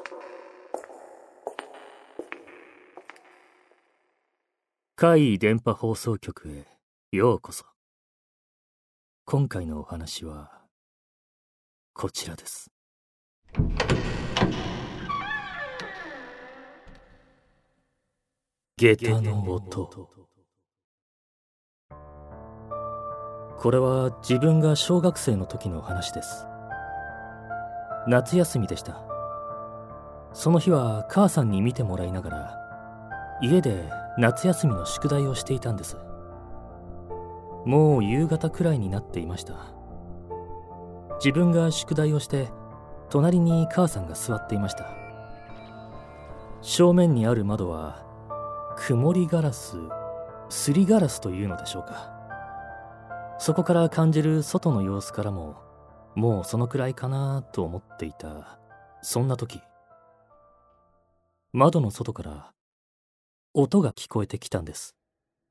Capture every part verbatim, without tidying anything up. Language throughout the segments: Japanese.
怪異電波放送局へようこそ。今回のお話はこちらです。下駄の音。これは自分が小学生の時の話です。夏休みでした。その日は母さんに見てもらいながら家で夏休みの宿題をしていたんです。もう夕方くらいになっていました。自分が宿題をして隣に母さんが座っていました。正面にある窓は曇りガラス、すりガラスというのでしょうか。そこから感じる外の様子からももうそのくらいかなと思っていたそんな時、窓の外から音が聞こえてきたんです。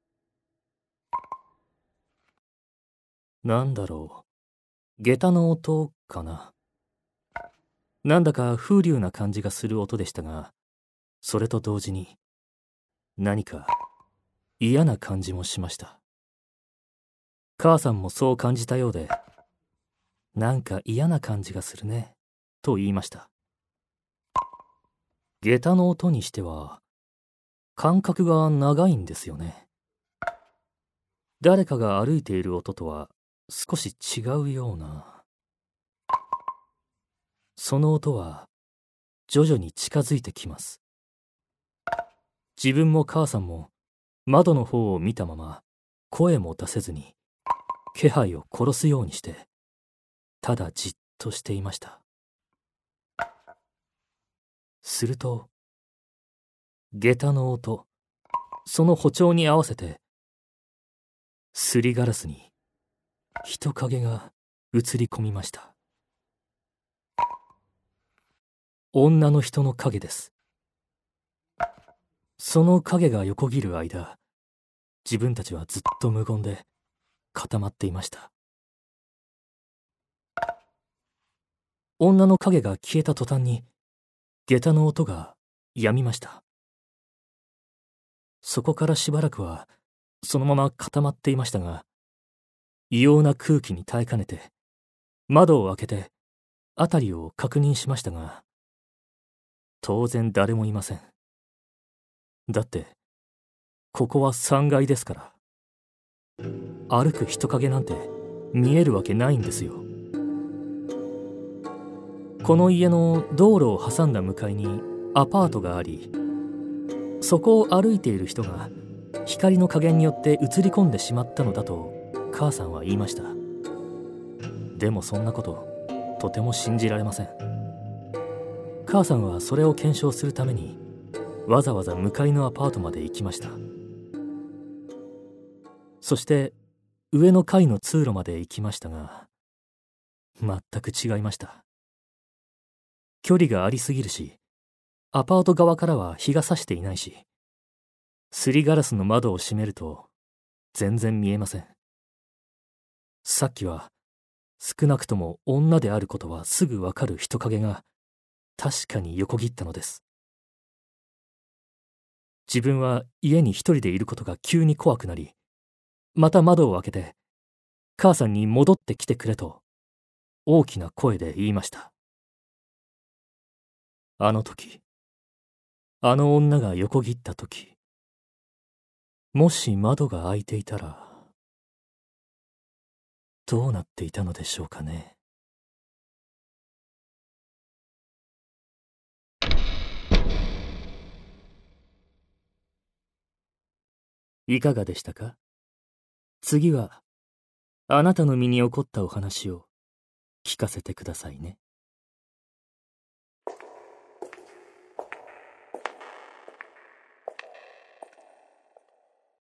なんだろう、下駄の音かな。なんだか風流な感じがする音でしたが、それと同時に何か嫌な感じもしました。母さんもそう感じたようで、なんか嫌な感じがするねと言いました。下駄の音にしては間隔が長いんですよね。誰かが歩いている音とは少し違うような。その音は徐々に近づいてきます。自分も母さんも窓の方を見たまま声も出せずに気配を殺すようにしてただじっとしていました。すると下駄の音、その歩調に合わせてすりガラスに人影が映り込みました。女の人の影です。その影が横切る間、自分たちはずっと無言で固まっていました。女の影が消えた途端に下駄の音が止みました。そこからしばらくはそのまま固まっていましたが、異様な空気に耐えかねて窓を開けて辺りを確認しましたが、当然誰もいません。だってここはさんがいですから、歩く人影なんて見えるわけないんですよ。この家の道路を挟んだ向かいにアパートがあり、そこを歩いている人が光の加減によって映り込んでしまったのだと母さんは言いました。でもそんなこととても信じられません。母さんはそれを検証するためにわざわざ向かいのアパートまで行きました。そして上の階の通路まで行きましたが、全く違いました。距離がありすぎるし、アパート側からは日が差していないし、すりガラスの窓を閉めると全然見えません。さっきは少なくとも女であることはすぐわかる人影が確かに横切ったのです。自分は家に一人でいることが急に怖くなり、また窓を開けて母さんに戻ってきてくれと大きな声で言いました。あの時、あの女が横切った時、もし窓が開いていたらどうなっていたのでしょうかね。いかがでしたか？次はあなたの身に起こったお話を聞かせてくださいね。